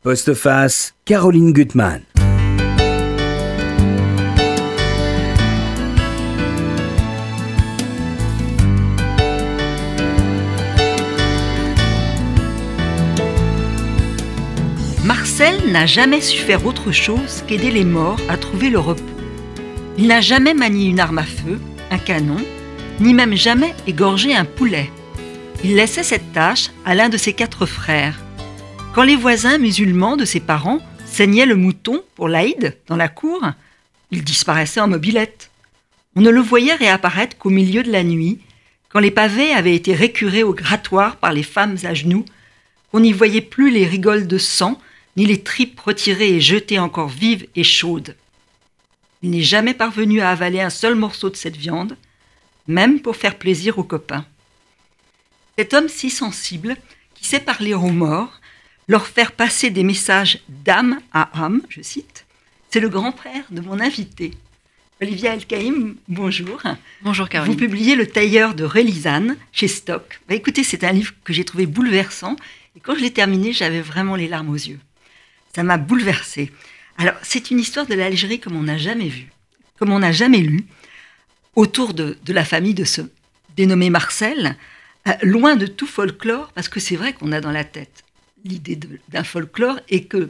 Postface, Caroline Gutmann. Marcel n'a jamais su faire autre chose qu'aider les morts à trouver le repos. Il n'a jamais manié une arme à feu, un canon, ni même jamais égorgé un poulet. Il laissait cette tâche à l'un de ses 4 frères. Quand les voisins musulmans de ses parents saignaient le mouton pour l'Aïd dans la cour, il disparaissait en mobilette. On ne le voyait réapparaître qu'au milieu de la nuit, quand les pavés avaient été récurés au grattoir par les femmes à genoux, qu'on n'y voyait plus les rigoles de sang, ni les tripes retirées et jetées encore vives et chaudes. Il n'est jamais parvenu à avaler un seul morceau de cette viande, même pour faire plaisir aux copains. Cet homme si sensible, qui sait parler aux morts, leur faire passer des messages d'âme à âme, je cite, c'est le grand-père de mon invité. Olivia El-Kaïm, bonjour. Bonjour Caroline. Vous publiez Le Tailleur de Relizane chez Stock. Écoutez, c'est un livre que j'ai trouvé bouleversant et quand je l'ai terminé, j'avais vraiment les larmes aux yeux. Ça m'a bouleversée. Alors, c'est une histoire de l'Algérie comme on n'a jamais vu, comme on n'a jamais lu, autour de la famille de ce dénommé Marcel, loin de tout folklore, parce que c'est vrai qu'on a dans la tête l'idée d'un folklore et que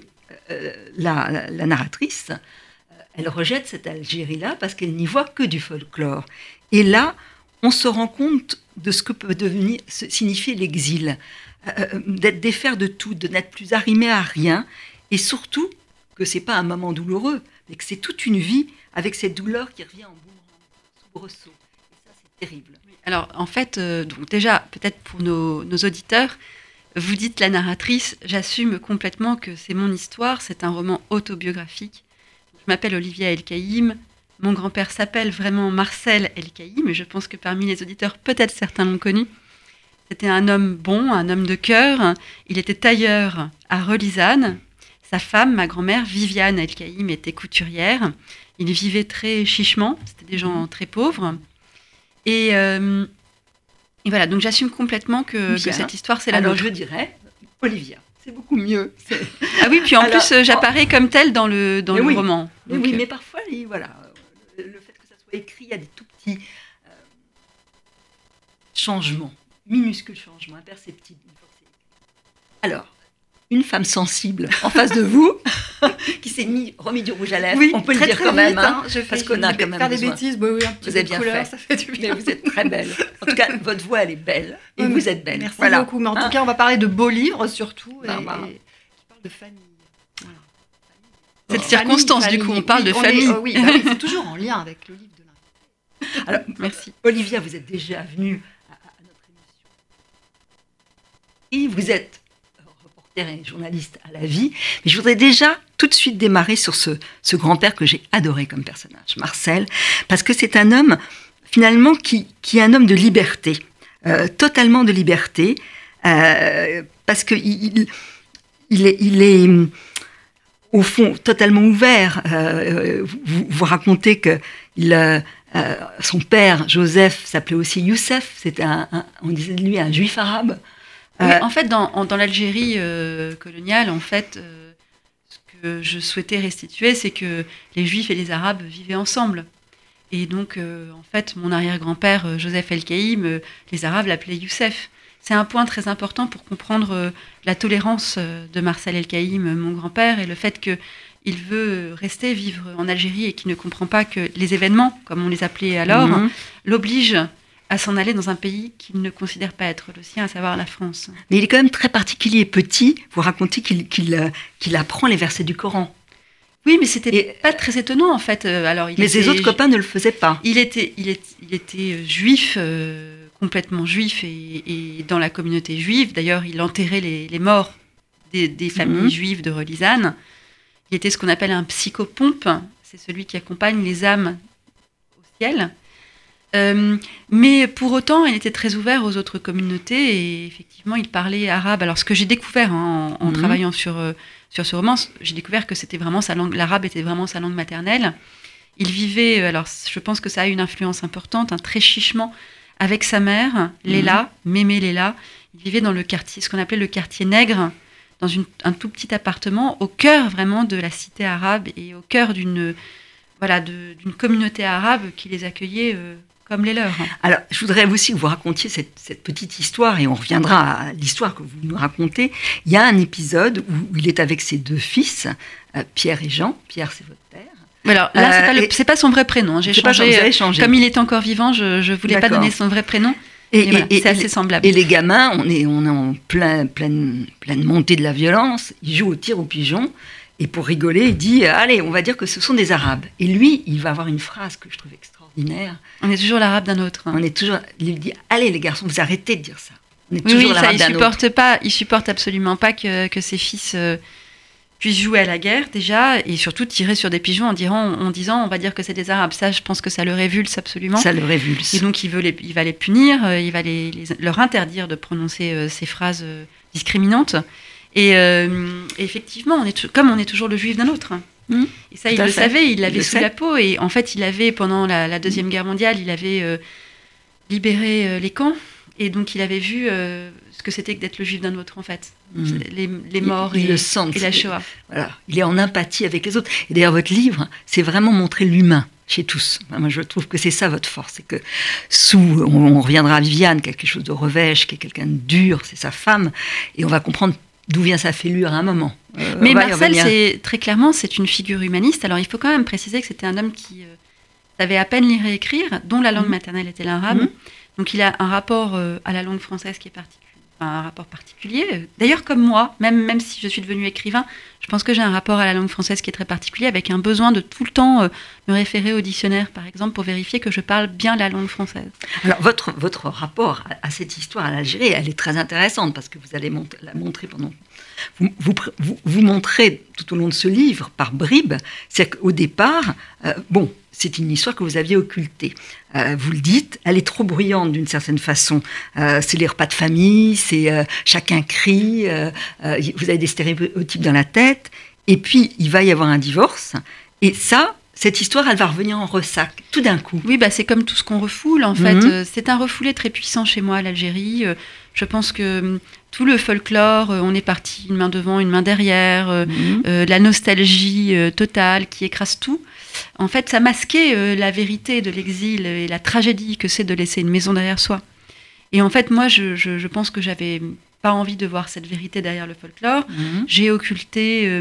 la narratrice, elle rejette cette Algérie-là parce qu'elle n'y voit que du folklore. Et là, on se rend compte de ce que peut signifier l'exil, d'être défaire de tout, de n'être plus arrimé à rien, et surtout que ce n'est pas un moment douloureux, mais que c'est toute une vie avec cette douleur qui revient en soubresaut. Et ça, c'est terrible. Alors, en fait, donc déjà, peut-être pour nos auditeurs, vous dites la narratrice, j'assume complètement que c'est mon histoire, c'est un roman autobiographique. Je m'appelle Olivia El-Kaïm, mon grand-père s'appelle vraiment Marcel El-Kaïm, et je pense que parmi les auditeurs, peut-être certains l'ont connu. C'était un homme bon, un homme de cœur, il était tailleur à Relizane. Sa femme, ma grand-mère, Viviane El-Kaïm, était couturière. Ils vivaient très chichement, c'était des gens très pauvres. Et voilà, donc j'assume complètement que cette histoire, c'est la nôtre. Alors je dirais, Olivia, c'est beaucoup mieux. Ah oui, puis en plus, j'apparais comme telle dans le roman. Donc, oui, mais parfois, voilà, le fait que ça soit écrit, il y a des tout petits changements, minuscules changements, imperceptibles. Alors, une femme sensible en face de vous, qui s'est remis du rouge à lèvres, oui, on peut le dire quand même, parce qu'on a quand même faire besoin. Des bêtises, oui, un petit peu de couleur, ça fait du bien. Mais vous êtes très belle. En tout cas, votre voix, elle est belle, et vous êtes belle. Merci beaucoup, mais en tout cas, on va parler de beaux livres, surtout, et qui parlent de famille. Voilà. Cette circonstance, du coup, on parle de famille. Oui, c'est toujours en lien avec le livre de l'invité. Alors, merci. Olivia, vous êtes déjà venue à notre émission. Et vous êtes et journaliste à la vie, mais je voudrais déjà tout de suite démarrer sur ce grand-père que j'ai adoré comme personnage, Marcel, parce que c'est un homme, finalement, qui est un homme de liberté, totalement de liberté, parce qu'il est, au fond, totalement ouvert. Vous racontez que son père, Joseph, s'appelait aussi Youssef, on disait de lui un juif arabe. Oui, en fait, dans l'Algérie coloniale, en fait, ce que je souhaitais restituer, c'est que les Juifs et les Arabes vivaient ensemble. Et donc, en fait, mon arrière-grand-père, Joseph El-Kaïm, les Arabes l'appelaient Youssef. C'est un point très important pour comprendre la tolérance de Marcel El-Kaïm, mon grand-père, et le fait qu'il veut rester vivre en Algérie et qu'il ne comprend pas que les événements, comme on les appelait alors, l'obligent à s'en aller dans un pays qu'il ne considère pas être le sien, à savoir la France. Mais il est quand même très particulier, petit. Vous racontez qu'il apprend les versets du Coran. Oui, mais c'était pas très étonnant, en fait. Mais ses autres copains ne le faisaient pas. Il était juif, complètement juif, et dans la communauté juive. D'ailleurs, il enterrait les morts des familles juives de Relizane. Il était ce qu'on appelle un psychopompe. C'est celui qui accompagne les âmes au ciel. Mais pour autant, il était très ouvert aux autres communautés et effectivement, il parlait arabe. Alors, ce que j'ai découvert en travaillant sur ce roman, j'ai découvert que c'était vraiment sa langue, l'arabe était vraiment sa langue maternelle. Il vivait, alors je pense que ça a une influence importante, très chichement avec sa mère, Léla, Mémé Léla. Il vivait dans le quartier, ce qu'on appelait le quartier nègre un tout petit appartement au cœur vraiment de la cité arabe et au cœur d'une communauté arabe qui les accueillait comme les leurs. Alors, je voudrais aussi que vous racontiez cette petite histoire, et on reviendra à l'histoire que vous nous racontez. Il y a un épisode où il est avec ses 2 fils, Pierre et Jean. Pierre, c'est votre père. Alors là, c'est pas son vrai prénom. J'ai changé. Comme il est encore vivant, je voulais pas donner son vrai prénom. Et c'est assez semblable. Et les gamins, on est en pleine montée de la violence. Ils jouent au tir au pigeon. Et pour rigoler, il dit « Allez, on va dire que ce sont des Arabes ». Et lui, il va avoir une phrase que je trouve extraordinaire. On est toujours l'Arabe d'un autre. Il dit « Allez les garçons, vous arrêtez de dire ça ». On est toujours l'Arabe d'un autre. Il supporte absolument pas que ses fils puissent jouer à la guerre déjà, et surtout tirer sur des pigeons en disant on va dire que c'est des Arabes. Ça, je pense que ça le révulse absolument. Ça le révulse. Et donc il va les punir, il va leur interdire de prononcer ces phrases discriminantes. Et effectivement, comme on est toujours le juif d'un autre. Et ça, il le savait, il l'avait sous la peau. Et en fait, il avait, pendant la Deuxième Guerre mondiale, il avait libéré les camps. Et donc, il avait vu ce que c'était que d'être le juif d'un autre, en fait. Les morts il le sent, et la Shoah. Voilà. Il est en empathie avec les autres. Et d'ailleurs, votre livre, c'est vraiment montrer l'humain chez tous. Moi, je trouve que c'est ça votre force. C'est que on reviendra à Viviane, quelque chose de revêche, qui est quelqu'un de dur, c'est sa femme. Et on va comprendre d'où vient sa fêlure à un moment. Mais Marcel, très clairement, c'est une figure humaniste. Alors, il faut quand même préciser que c'était un homme qui savait à peine lire et écrire, dont la langue maternelle était l'arabe. Donc, il a un rapport à la langue française qui est un rapport particulier. D'ailleurs, comme moi, même si je suis devenue écrivain, je pense que j'ai un rapport à la langue française qui est très particulier, avec un besoin de tout le temps me référer au dictionnaire, par exemple, pour vérifier que je parle bien la langue française. Alors, votre rapport à cette histoire, à l'Algérie, elle est très intéressante, parce que vous allez la montrer pendant... Vous montrez tout au long de ce livre, par bribes, c'est qu'au départ, c'est une histoire que vous aviez occultée. Vous le dites, elle est trop bruyante d'une certaine façon. C'est les repas de famille, c'est chacun crie, vous avez des stéréotypes dans la tête, et puis il va y avoir un divorce, et cette histoire, elle va revenir en ressac, tout d'un coup. Oui, c'est comme tout ce qu'on refoule, en fait. C'est un refoulé très puissant chez moi, l'Algérie. Je pense que tout le folklore, on est parti une main devant, une main derrière, la nostalgie totale qui écrase tout. En fait, ça masquait la vérité de l'exil et la tragédie que c'est de laisser une maison derrière soi. Et en fait, moi, je pense que j'avais pas envie de voir cette vérité derrière le folklore. J'ai occulté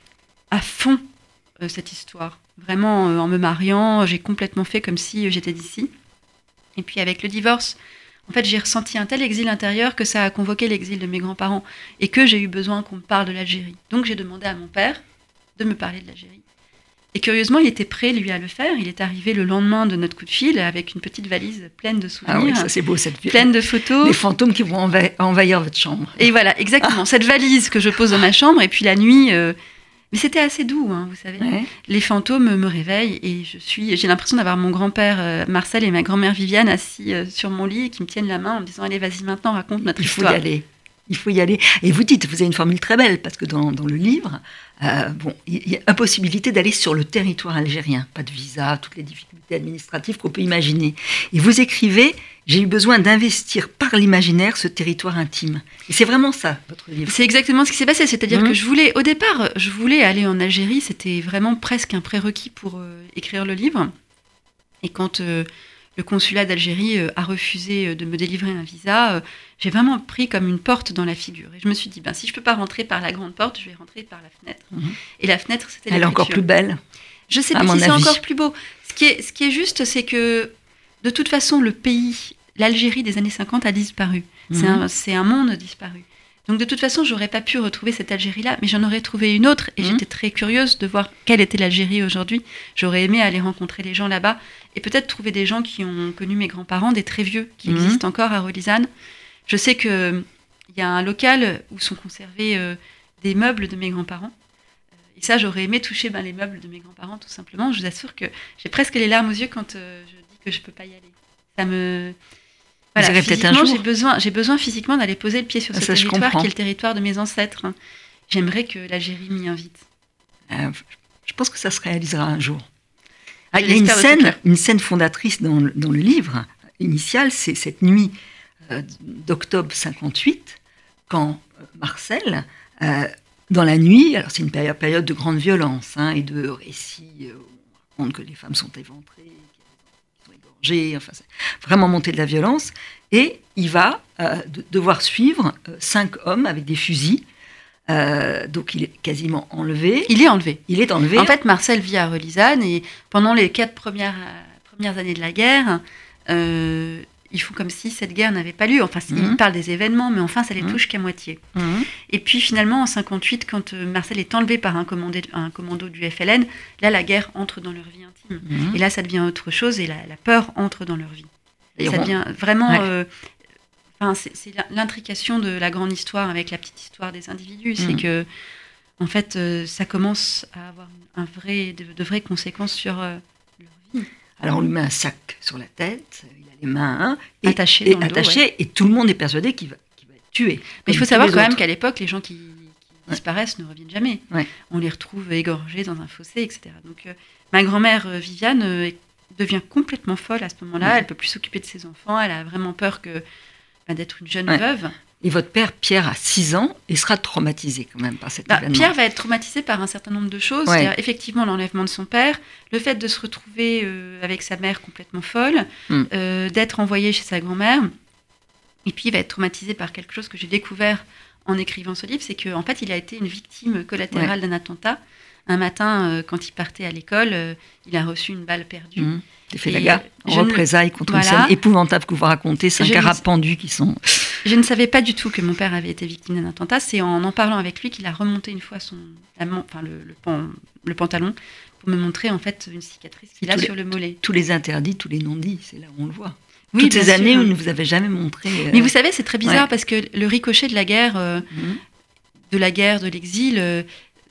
à fond cette histoire. Vraiment, en me mariant, j'ai complètement fait comme si j'étais d'ici. Et puis avec le divorce, en fait, j'ai ressenti un tel exil intérieur que ça a convoqué l'exil de mes grands-parents et que j'ai eu besoin qu'on me parle de l'Algérie. Donc j'ai demandé à mon père de me parler de l'Algérie. Et curieusement, il était prêt, lui, à le faire. Il est arrivé le lendemain de notre coup de fil avec une petite valise pleine de souvenirs. Ah oui, ça c'est beau, cette valise. Pleine de photos. Les fantômes qui vont envahir votre chambre. Et voilà, exactement. Cette valise que je pose dans ma chambre, et puis la nuit... Mais c'était assez doux, vous savez. Ouais. Les fantômes me réveillent et j'ai l'impression d'avoir mon grand-père Marcel et ma grand-mère Viviane assis sur mon lit et qui me tiennent la main en me disant « Allez, vas-y maintenant, raconte notre histoire. » Il faut y aller. Et vous dites, vous avez une formule très belle, parce que dans le livre, il y a impossibilité d'aller sur le territoire algérien. Pas de visa, toutes les difficultés administratives qu'on peut imaginer. Et vous écrivez, j'ai eu besoin d'investir par l'imaginaire ce territoire intime. Et c'est vraiment ça, votre livre. C'est exactement ce qui s'est passé. C'est-à-dire que au départ, je voulais aller en Algérie. C'était vraiment presque un prérequis pour écrire le livre. Et quand le consulat d'Algérie a refusé de me délivrer un visa, j'ai vraiment pris comme une porte dans la figure. Et je me suis dit, si je ne peux pas rentrer par la grande porte, je vais rentrer par la fenêtre. Et la fenêtre, c'était Elle est encore plus belle. Je ne sais pas si c'est encore plus beau. Ce qui est juste, c'est que, de toute façon, l'Algérie des années 50 a disparu. C'est un monde disparu. Donc, de toute façon, je n'aurais pas pu retrouver cette Algérie-là, mais j'en aurais trouvé une autre. Et j'étais très curieuse de voir quelle était l'Algérie aujourd'hui. J'aurais aimé aller rencontrer les gens là-bas et peut-être trouver des gens qui ont connu mes grands-parents, des très vieux, qui existent encore à Rolisane. Je sais qu'il y a un local où sont conservés des meubles de mes grands-parents. Et ça, j'aurais aimé toucher les meubles de mes grands-parents, tout simplement. Je vous assure que j'ai presque les larmes aux yeux quand je dis que je ne peux pas y aller. Ça me... Voilà, physiquement, j'ai besoin physiquement d'aller poser le pied sur ce territoire qui est le territoire de mes ancêtres. J'aimerais que l'Algérie m'y invite. Je pense que ça se réalisera un jour. Il y a une scène fondatrice dans le livre initial, c'est cette nuit d'octobre 58, quand Marcel Dans la nuit, alors c'est une période de grande violence et de récits où on raconte que les femmes sont éventrées, qu'elles sont égorgées, enfin, c'est vraiment monter de la violence. Et il va devoir suivre 5 hommes avec des fusils. Donc il est quasiment enlevé. Il est enlevé. Il est enlevé. En fait, Marcel vit à Relisane et pendant les 4 premières années de la guerre, ils font comme si cette guerre n'avait pas lieu. Enfin, ils parlent des événements, mais enfin, ça les touche qu'à moitié. Et puis finalement, en 58, quand Marcel est enlevé par un commando du FLN, là, la guerre entre dans leur vie intime. Et là, ça devient autre chose et la peur entre dans leur vie. Et ça devient vraiment... c'est l'intrication de la grande histoire avec la petite histoire des individus. C'est que, en fait, ça commence à avoir de vraies conséquences sur leur vie. Alors, on lui met un sac sur la tête, il a les mains attachées, et tout le monde est persuadé qu'il va être tué. Mais il faut savoir quand même qu'à l'époque, les gens qui disparaissent ne reviennent jamais. On les retrouve égorgés dans un fossé, etc. Donc, ma grand-mère Viviane devient complètement folle à ce moment-là. Elle ne peut plus s'occuper de ses enfants. Elle a vraiment peur d'être une jeune veuve. Et votre père, Pierre, a 6 ans et sera traumatisé quand même par cet événement. Pierre va être traumatisé par un certain nombre de choses. C'est-à-dire, effectivement, l'enlèvement de son père, le fait de se retrouver avec sa mère complètement folle, d'être envoyé chez sa grand-mère. Et puis, il va être traumatisé par quelque chose que j'ai découvert en écrivant ce livre, c'est qu'en fait, il a été une victime collatérale d'un attentat. Un matin, quand il partait à l'école, il a reçu une balle perdue. J'ai fait la guerre en représailles contre une scène épouvantable que vous racontez, 5 arabes pendus qui sont... Je ne savais pas du tout que mon père avait été victime d'un attentat. C'est en parlant avec lui qu'il a remonté une fois le pantalon pour me montrer en fait une cicatrice qu'il a sur le mollet. Tous les interdits, tous les non-dits, c'est là où on le voit. Oui, toutes ces années où il ne vous avait jamais montré... Mais vous savez, c'est très bizarre parce que le ricochet de la guerre, de l'exil...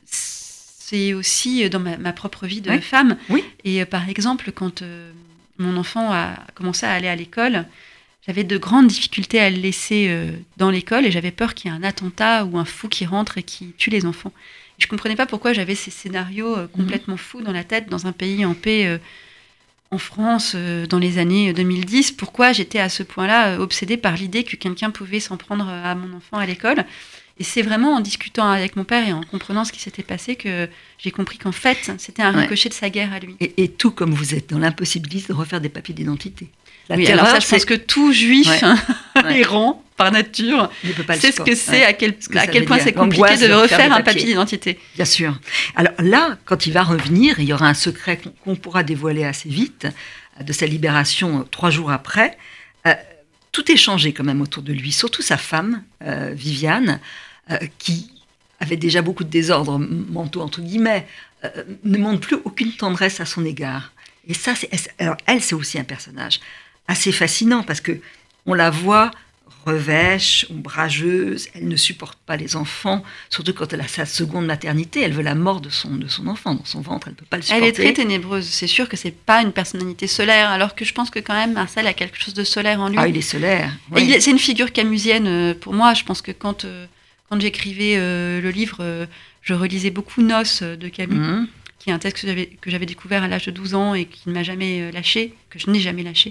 c'est aussi dans ma propre vie de femme. Oui. Et par exemple, quand mon enfant a commencé à aller à l'école, j'avais de grandes difficultés à le laisser dans l'école et j'avais peur qu'il y ait un attentat ou un fou qui rentre et qui tue les enfants. Et je ne comprenais pas pourquoi j'avais ces scénarios complètement fous dans la tête, dans un pays en paix, en France, dans les années 2010. Pourquoi j'étais à ce point-là obsédée par l'idée que quelqu'un pouvait s'en prendre à mon enfant à l'école. Et c'est vraiment en discutant avec mon père et en comprenant ce qui s'était passé que j'ai compris qu'en fait, c'était un ricochet de sa guerre à lui. Et tout comme vous êtes dans l'impossibilité de refaire des papiers d'identité. Alors ça, je pense que tout juif errant, par nature, c'est ce que c'est, à quel point c'est compliqué de refaire un papier d'identité. Bien sûr. Alors là, quand il va revenir, il y aura un secret qu'on pourra dévoiler assez vite, de sa libération 3 jours après. Tout est changé quand même autour de lui, surtout sa femme, Viviane, qui avait déjà beaucoup de désordres mentaux, entre guillemets, ne montre plus aucune tendresse à son égard. Et ça, alors elle, c'est aussi un personnage assez fascinant, parce qu'on la voit revêche, ombrageuse, elle ne supporte pas les enfants, surtout quand elle a sa seconde maternité, elle veut la mort de son enfant dans son ventre, elle ne peut pas le supporter. Elle est très ténébreuse, c'est sûr que c'est pas une personnalité solaire, alors que je pense que quand même Marcel a quelque chose de solaire en lui. Ah, il est solaire. Oui. C'est une figure camusienne pour moi, je pense que quand j'écrivais le livre, je relisais beaucoup Noces de Camus, qui est un texte que j'avais découvert à l'âge de 12 ans et qui ne m'a jamais lâché, que je n'ai jamais lâché.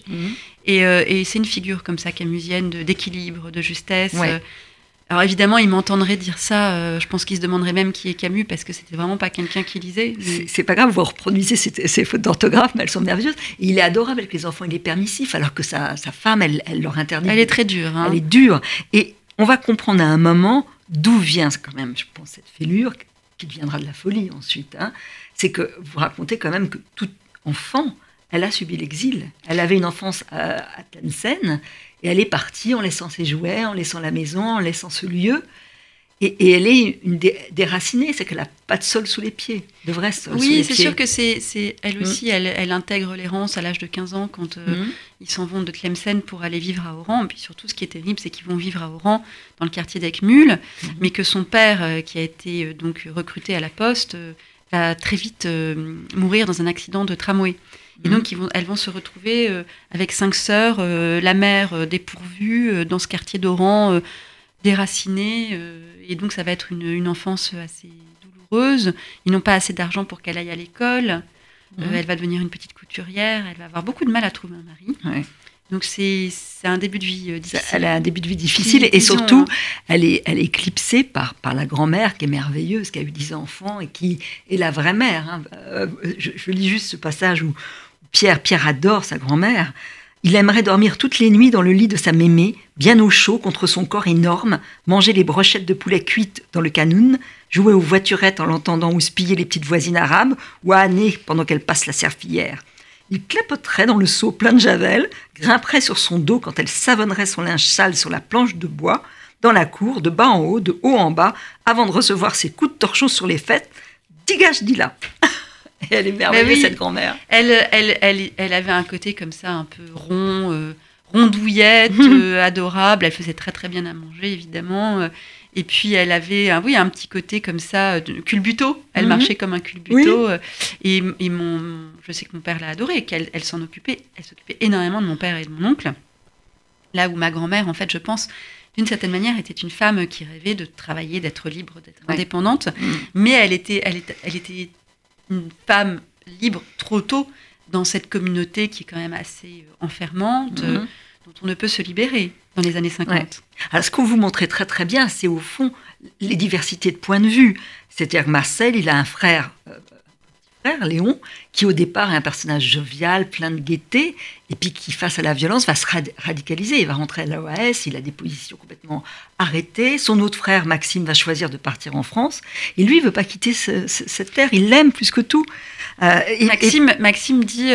Et c'est une figure comme ça, camusienne, d'équilibre, de justesse. Alors évidemment, il m'entendrait dire ça, je pense qu'il se demanderait même qui est Camus, parce que c'était vraiment pas quelqu'un qui lisait. C'est pas grave, vous reproduisez ces fautes d'orthographe, mais elles sont merveilleuses. Et il est adorable avec les enfants, il est permissif, alors que sa femme, elle leur interdit. Elle est très dure. Elle est dure. Et on va comprendre à un moment d'où vient quand même, je pense, cette fêlure, qui deviendra de la folie ensuite. C'est que vous racontez quand même que tout enfant, elle a subi l'exil. Elle avait une enfance à Tlemcen et elle est partie en laissant ses jouets, en laissant la maison, en laissant ce lieu. Et elle est une déracinée, c'est qu'elle n'a pas de sol sous les pieds, de vrai sol sous les pieds. Oui, c'est sûr que c'est elle aussi, elle intègre l'errance à l'âge de 15 ans quand ils s'en vont de Tlemcen pour aller vivre à Oran. Et puis surtout, ce qui est terrible, c'est qu'ils vont vivre à Oran, dans le quartier d'Eckmühl, mais que son père, qui a été donc recruté à la poste, va très vite mourir dans un accident de tramway. Et donc, elles vont se retrouver avec 5 sœurs, la mère dépourvue, dans ce quartier d'Oran, déracinée. Et donc, ça va être une enfance assez douloureuse. Ils n'ont pas assez d'argent pour qu'elle aille à l'école. Elle va devenir une petite couturière. Elle va avoir beaucoup de mal à trouver un mari. Donc c'est un début de vie difficile. Elle a un début de vie difficile et surtout, elle est éclipsée par la grand-mère qui est merveilleuse, qui a eu 10 enfants et qui est la vraie mère. Hein. Je lis juste ce passage où Pierre adore sa grand-mère. Il aimerait dormir toutes les nuits dans le lit de sa mémé, bien au chaud contre son corps énorme, manger les brochettes de poulet cuites dans le canoun, jouer aux voiturettes en l'entendant houspiller les petites voisines arabes ou âner pendant qu'elle passe la serpillière. Il clapoterait dans le seau plein de javel, grimperait sur son dos quand elle savonnerait son linge sale sur la planche de bois, dans la cour, de bas en haut, de haut en bas, avant de recevoir ses coups de torchon sur les fêtes. Digage, dis-là. Et elle est merveilleuse, cette grand-mère. Elle avait un côté comme ça, un peu rond, rondouillette, adorable. Elle faisait très très bien à manger, évidemment. Et puis elle avait un petit côté comme ça, culbuto. Elle marchait comme un culbuto. Oui. Je sais que mon père l'a adorée, qu'elle s'en occupait. Elle s'occupait énormément de mon père et de mon oncle. Là où ma grand-mère, en fait, je pense, d'une certaine manière, était une femme qui rêvait de travailler, d'être libre, d'être indépendante. Mais elle était une femme libre trop tôt dans cette communauté qui est quand même assez enfermante, dont on ne peut se libérer dans les années 50. Ouais. Alors, ce qu'on vous montrez très très bien, c'est au fond les diversités de points de vue. C'est-à-dire que Marcel, il a un frère, Léon, qui au départ est un personnage jovial, plein de gaieté, et puis qui, face à la violence, va se radicaliser. Il va rentrer à l'OAS, il a des positions complètement arrêtées. Son autre frère, Maxime, va choisir de partir en France. Et lui, il ne veut pas quitter cette terre, il l'aime plus que tout. Maxime dit,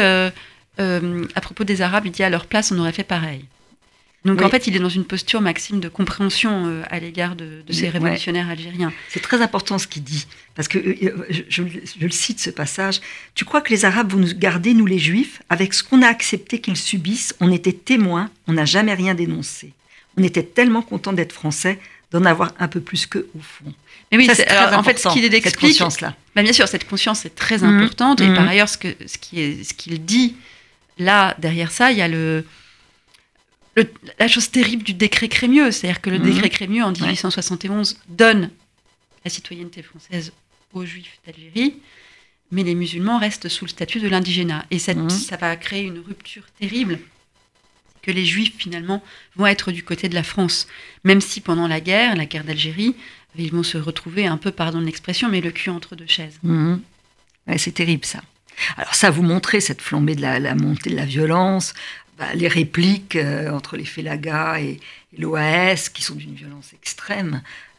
à propos des Arabes, il dit « à leur place, on aurait fait pareil ». Donc en fait, il est dans une posture, Maxime, de compréhension à l'égard de ces révolutionnaires algériens. C'est très important ce qu'il dit, parce que je le cite ce passage. « Tu crois que les Arabes vont nous garder, nous les Juifs, avec ce qu'on a accepté qu'ils subissent? On était témoins, on n'a jamais rien dénoncé. On était tellement contents d'être Français, d'en avoir un peu plus qu'eux au fond. » Mais oui, alors, en fait, ce qu'il explique, cette conscience-là. Bien sûr, cette conscience est très importante. Et par ailleurs, ce qu'il dit là, derrière ça, il y a la chose terrible du décret Crémieux. C'est-à-dire que le décret Crémieux, en 1871, donne la citoyenneté française aux Juifs d'Algérie, mais les musulmans restent sous le statut de l'indigénat. Et ça va créer une rupture terrible, que les Juifs, finalement, vont être du côté de la France. Même si, pendant la guerre d'Algérie, ils vont se retrouver un peu, pardon de l'expression, mais le cul entre deux chaises. Ouais, c'est terrible, ça. Alors ça, vous montrez cette flambée de la montée de la violence, les répliques entre les Félagas et l'OAS, qui sont d'une violence extrême,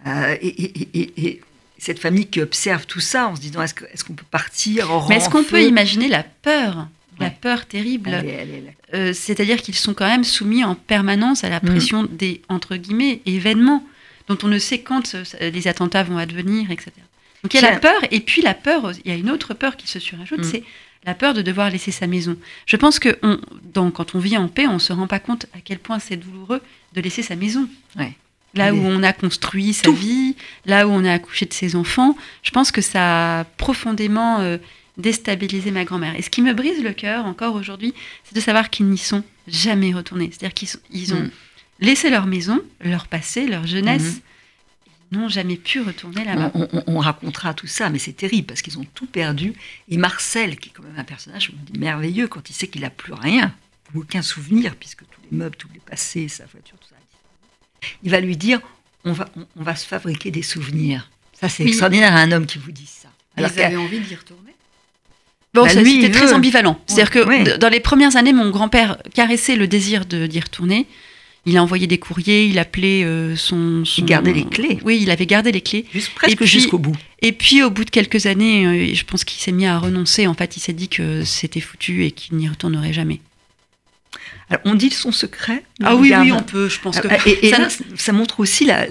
et cette famille qui observe tout ça en se disant est-ce qu'on peut partir en Mais est-ce qu'on peut imaginer la peur terrible, c'est-à-dire qu'ils sont quand même soumis en permanence à la pression des, entre guillemets, événements dont on ne sait quand les attentats vont advenir, etc. Donc il y a la peur, et puis la peur, il y a une autre peur qui se surajoute, c'est la peur de devoir laisser sa maison. Je pense que quand on vit en paix, on ne se rend pas compte à quel point c'est douloureux de laisser sa maison. Ouais. Là où on a construit sa vie, là où on a accouché de ses enfants, je pense que ça a profondément déstabilisé ma grand-mère. Et ce qui me brise le cœur encore aujourd'hui, c'est de savoir qu'ils n'y sont jamais retournés. C'est-à-dire qu'ils ont laissé leur maison, leur passé, leur jeunesse, ils n'ont jamais pu retourner là-bas. On racontera tout ça, mais c'est terrible parce qu'ils ont tout perdu. Et Marcel, qui est quand même un personnage merveilleux, quand il sait qu'il n'a plus rien, aucun souvenir, puisque tous les meubles, tous les passés, sa voiture, tout ça, il va lui dire on va se fabriquer des souvenirs. Ça, c'est extraordinaire, un homme qui vous dit ça. Alors vous avez envie d'y retourner? Bon, c'était très ambivalent. C'est-à-dire que dans les premières années, mon grand-père caressait le désir d'y retourner. Il a envoyé des courriers, il appelait Il gardait les clés. Oui, il avait gardé les clés. Presque jusqu'au bout. Et puis, au bout de quelques années, je pense qu'il s'est mis à renoncer. En fait, il s'est dit que c'était foutu et qu'il n'y retournerait jamais. Alors, on dit son secret. Ah oui, on peut. Je pense que ça montre aussi la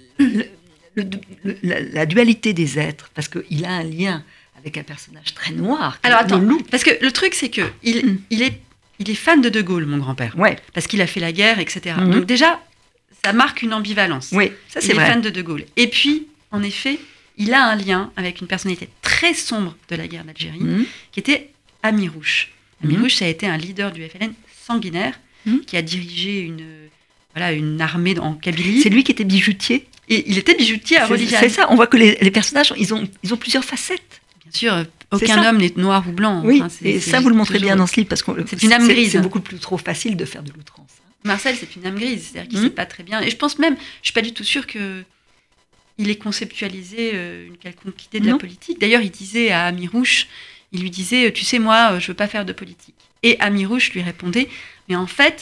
dualité des êtres, parce qu'il a un lien avec un personnage très noir. Alors attends, parce que le truc, c'est que il est fan de Gaulle, mon grand-père. Ouais. Parce qu'il a fait la guerre, etc. Donc déjà, ça marque une ambivalence. Oui, ça c'est vrai. Il est fan de Gaulle. Et puis, en effet, il a un lien avec une personnalité très sombre de la guerre d'Algérie, qui était Ami Rouche. Ami Rouche, ça a été un leader du FLN sanguinaire, qui a dirigé une armée en Kabylie. C'est lui qui était bijoutier. Et il était bijoutier à Roligan. C'est ça, on voit que les personnages, ils ont plusieurs facettes. Bien sûr, Aucun homme n'est noir ou blanc. Oui, Enfin, et ça, vous le montrez bien dans ce livre, parce que c'est une âme grise. C'est beaucoup plus trop facile de faire de l'outrance. Marcel, c'est une âme grise, c'est-à-dire qu'il ne sait pas très bien. Et je pense même, je ne suis pas du tout sûre qu'il ait conceptualisé une quelconque idée de la politique. D'ailleurs, il disait à Amirouche, il lui disait, tu sais, moi, je ne veux pas faire de politique. Et Amirouche lui répondait, mais en fait,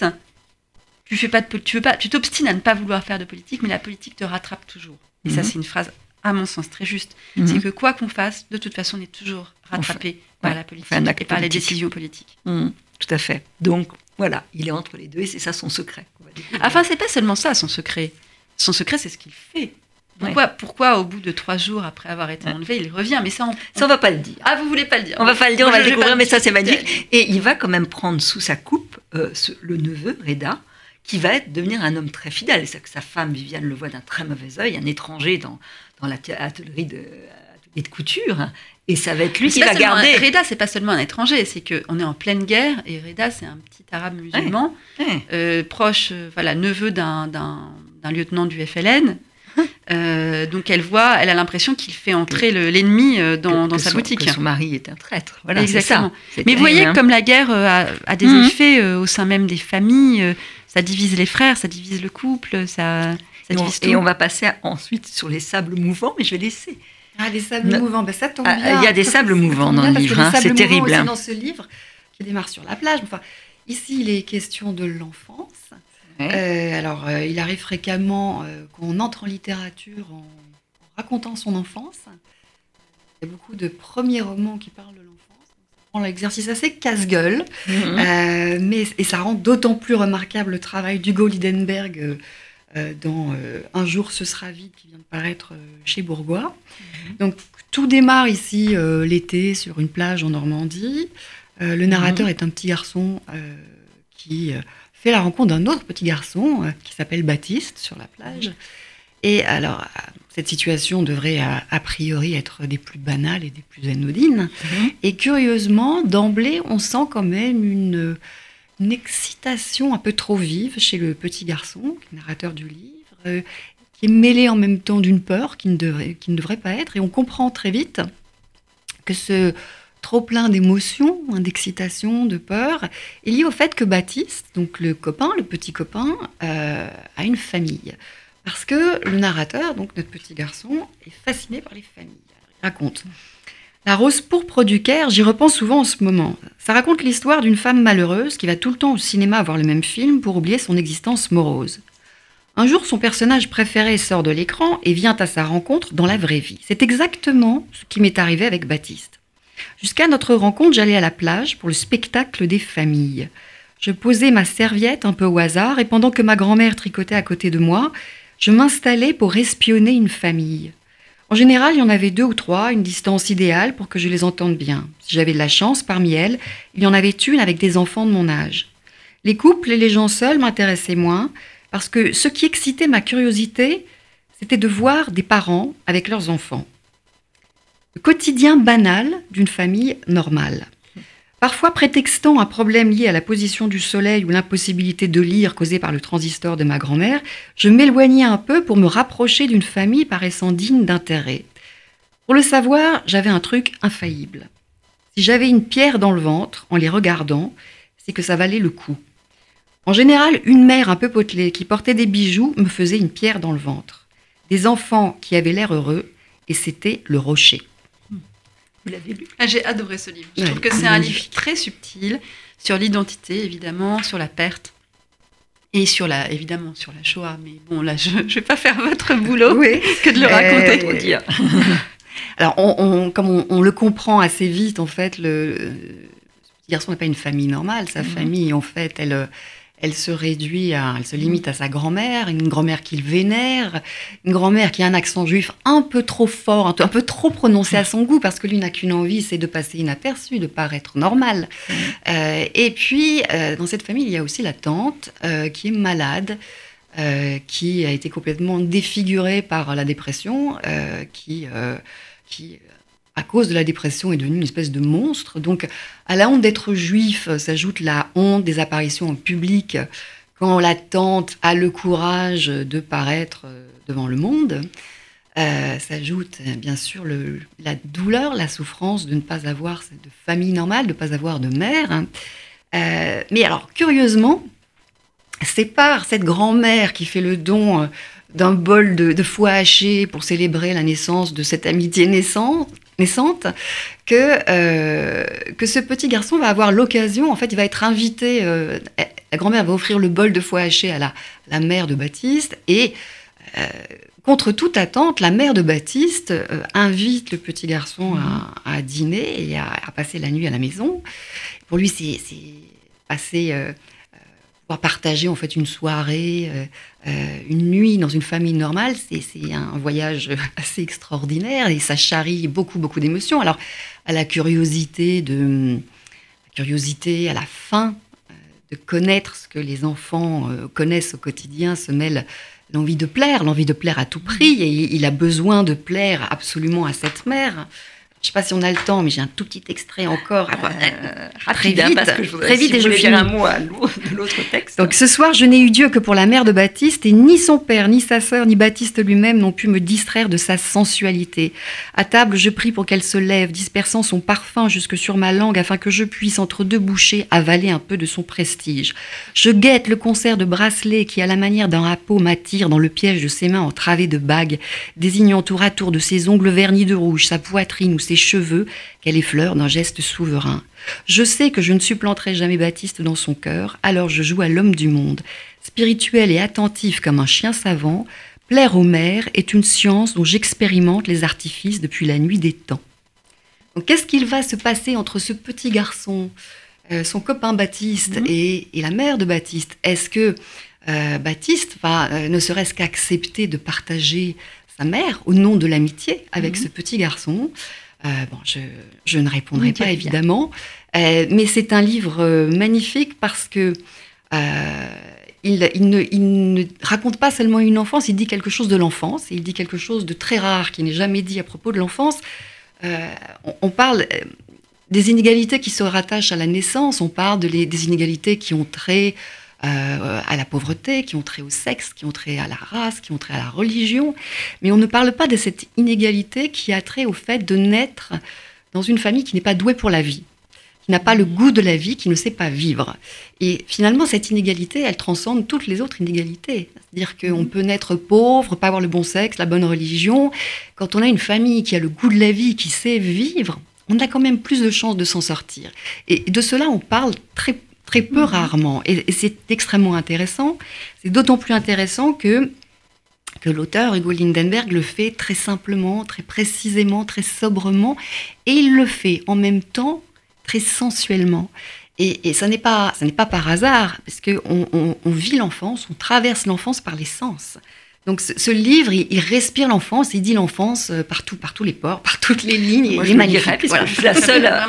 tu t'obstines à ne pas vouloir faire de politique, mais la politique te rattrape toujours. Et ça, c'est une phrase, à mon sens, très juste. C'est que quoi qu'on fasse, de toute façon, on est toujours rattrapé par la politique et par les décisions politiques. Tout à fait. Donc, voilà, il est entre les deux et c'est ça son secret. Enfin, c'est pas seulement ça, son secret. Son secret, c'est ce qu'il fait. Pourquoi, au bout de 3 jours après avoir été enlevé, il revient? Mais ça, on va pas le dire. Ah, vous voulez pas le dire? On va pas le dire, on va le découvrir, mais ça, c'est magnifique. Et il va quand même prendre sous sa coupe le neveu, Reda, qui va devenir un homme très fidèle. C'est que sa femme, Viviane, le voit d'un très mauvais œil, un étranger dans l'atelier de couture. Et ça va être lui qui va garder. Reda, c'est pas seulement un étranger, c'est qu'on est en pleine guerre, et Reda, c'est un petit arabe musulman, proche, neveu d'un lieutenant du FLN. Donc elle a l'impression qu'il fait entrer l'ennemi dans sa boutique. Que son mari est un traître. Voilà, exactement. C'est ça. Mais vous voyez, comme la guerre a des effets au sein même des familles, ça divise les frères, ça divise le couple, ça divise tout. Et on va passer ensuite sur les sables mouvants, mais je vais laisser. Ah, les sables mouvants, ça tombe bien. Il y a des sables mouvants dans le livre, c'est terrible. Aussi dans ce livre qui démarre sur la plage. Enfin, ici, il est question de l'enfance. Alors, il arrive fréquemment qu'on entre en littérature en racontant son enfance. Il y a beaucoup de premiers romans qui parlent de l'enfance. Ça rend l'exercice assez casse-gueule, et ça rend d'autant plus remarquable le travail d'Hugo Lidenberg dans Un jour ce sera vide, qui vient de paraître chez Bourgois. Donc, tout démarre ici l'été sur une plage en Normandie. Le narrateur est un petit garçon qui fait la rencontre d'un autre petit garçon qui s'appelle Baptiste sur la plage. Et alors, cette situation devrait a priori être des plus banales et des plus anodines. Et curieusement, d'emblée, on sent quand même une excitation un peu trop vive chez le petit garçon, qui est narrateur du livre, qui est mêlée en même temps d'une peur qui ne devrait pas être. Et on comprend très vite que ce trop plein d'émotions, d'excitation, de peur, est lié au fait que Baptiste, donc le petit copain, a une famille. Parce que le narrateur, donc notre petit garçon, est fasciné par les familles. Alors, il raconte: La rose pourpre du Caire, j'y repense souvent en ce moment. Ça raconte l'histoire d'une femme malheureuse qui va tout le temps au cinéma voir le même film pour oublier son existence morose. Un jour, son personnage préféré sort de l'écran et vient à sa rencontre dans la vraie vie. C'est exactement ce qui m'est arrivé avec Baptiste. Jusqu'à notre rencontre, j'allais à la plage pour le spectacle des familles. Je posais ma serviette un peu au hasard et pendant que ma grand-mère tricotait à côté de moi, je m'installais pour espionner une famille. En général, il y en avait 2 ou 3, une distance idéale pour que je les entende bien. Si j'avais de la chance, parmi elles, il y en avait une avec des enfants de mon âge. Les couples et les gens seuls m'intéressaient moins parce que ce qui excitait ma curiosité, c'était de voir des parents avec leurs enfants. Le quotidien banal d'une famille normale. Parfois prétextant un problème lié à la position du soleil ou l'impossibilité de lire causée par le transistor de ma grand-mère, je m'éloignais un peu pour me rapprocher d'une famille paraissant digne d'intérêt. Pour le savoir, j'avais un truc infaillible. Si j'avais une pierre dans le ventre en les regardant, c'est que ça valait le coup. En général, une mère un peu potelée qui portait des bijoux me faisait une pierre dans le ventre. Des enfants qui avaient l'air heureux, et c'était le rocher. Vous l'avez lu ? J'ai adoré ce livre. Je trouve que c'est un livre très subtil sur l'identité, évidemment, sur la perte et évidemment sur la Shoah. Mais bon, là, je ne vais pas faire votre boulot que de le raconter. Pour dire. Alors, comme on le comprend assez vite, en fait, le petit garçon n'a pas une famille normale. Sa famille, en fait, elle se limite à sa grand-mère, une grand-mère qu'il vénère, une grand-mère qui a un accent juif un peu trop fort, un peu trop prononcé à son goût, parce que lui n'a qu'une envie, c'est de passer inaperçu, de paraître normal. Et puis, dans cette famille, il y a aussi la tante qui est malade, qui a été complètement défigurée par la dépression, qui à cause de la dépression, est devenue une espèce de monstre. Donc, à la honte d'être juif s'ajoute la honte des apparitions en public quand la tante a le courage de paraître devant le monde. s'ajoute bien sûr la douleur, la souffrance de ne pas avoir de famille normale, de ne pas avoir de mère. Hein. Mais alors, curieusement, c'est par cette grand-mère qui fait le don d'un bol de foie haché pour célébrer la naissance de cette amitié naissante que ce petit garçon va avoir l'occasion, en fait, il va être invité, la grand-mère va offrir le bol de foie haché à la mère de Baptiste, et contre toute attente, la mère de Baptiste invite le petit garçon à dîner et à passer la nuit à la maison. Pour lui, c'est passer... pouvoir partager en fait une soirée, une nuit dans une famille normale, c'est un voyage assez extraordinaire et ça charrie beaucoup d'émotions. Alors à la curiosité à la fin de connaître ce que les enfants connaissent au quotidien se mêle l'envie de plaire à tout prix, et il a besoin de plaire absolument à cette mère. Je ne sais pas si on a le temps, mais j'ai un tout petit extrait encore. Très vite, parce que très vite, et je vais dire un mot de l'autre texte. Donc, ce soir, je n'ai eu Dieu que pour la mère de Baptiste, et ni son père, ni sa sœur, ni Baptiste lui-même n'ont pu me distraire de sa sensualité. À table, je prie pour qu'elle se lève, dispersant son parfum jusque sur ma langue, afin que je puisse, entre deux bouchées, avaler un peu de son prestige. Je guette le concert de bracelets qui, à la manière d'un happeau, m'attire dans le piège de ses mains entravées de bagues, désignant tour à tour de ses ongles vernis de rouge, sa poitrine ou ses cheveux qu'elle effleure d'un geste souverain. Je sais que je ne supplanterai jamais Baptiste dans son cœur, alors je joue à l'homme du monde. Spirituel et attentif comme un chien savant, plaire aux mères est une science dont j'expérimente les artifices depuis la nuit des temps. Donc, qu'est-ce qu'il va se passer entre ce petit garçon, son copain Baptiste et la mère de Baptiste? Est-ce que Baptiste va ne serait-ce qu'accepter de partager sa mère au nom de l'amitié avec ce petit garçon? Je ne répondrai pas évidemment, mais c'est un livre magnifique parce que il ne raconte pas seulement une enfance, il dit quelque chose de l'enfance, et il dit quelque chose de très rare qui n'est jamais dit à propos de l'enfance. On parle des inégalités qui se rattachent à la naissance, on parle des inégalités qui ont trait à la pauvreté, qui ont trait au sexe, qui ont trait à la race, qui ont trait à la religion, mais on ne parle pas de cette inégalité qui a trait au fait de naître dans une famille qui n'est pas douée pour la vie, qui n'a pas le goût de la vie, qui ne sait pas vivre. Et finalement, cette inégalité, elle transcende toutes les autres inégalités. C'est-à-dire qu'on peut naître pauvre, pas avoir le bon sexe, la bonne religion. Quand on a une famille qui a le goût de la vie, qui sait vivre, on a quand même plus de chances de s'en sortir. Et de cela, on parle très peu rarement. Et c'est extrêmement intéressant. C'est d'autant plus intéressant que l'auteur, Hugo Lindenberg, le fait très simplement, très précisément, très sobrement. Et il le fait en même temps très sensuellement. Et ça n'est pas par hasard, parce qu'on vit l'enfance, on traverse l'enfance par les sens. Donc ce livre, il respire l'enfance, il dit l'enfance par tous les pores, par toutes les lignes. Moi, il est magnifique. Voilà. Je suis la seule à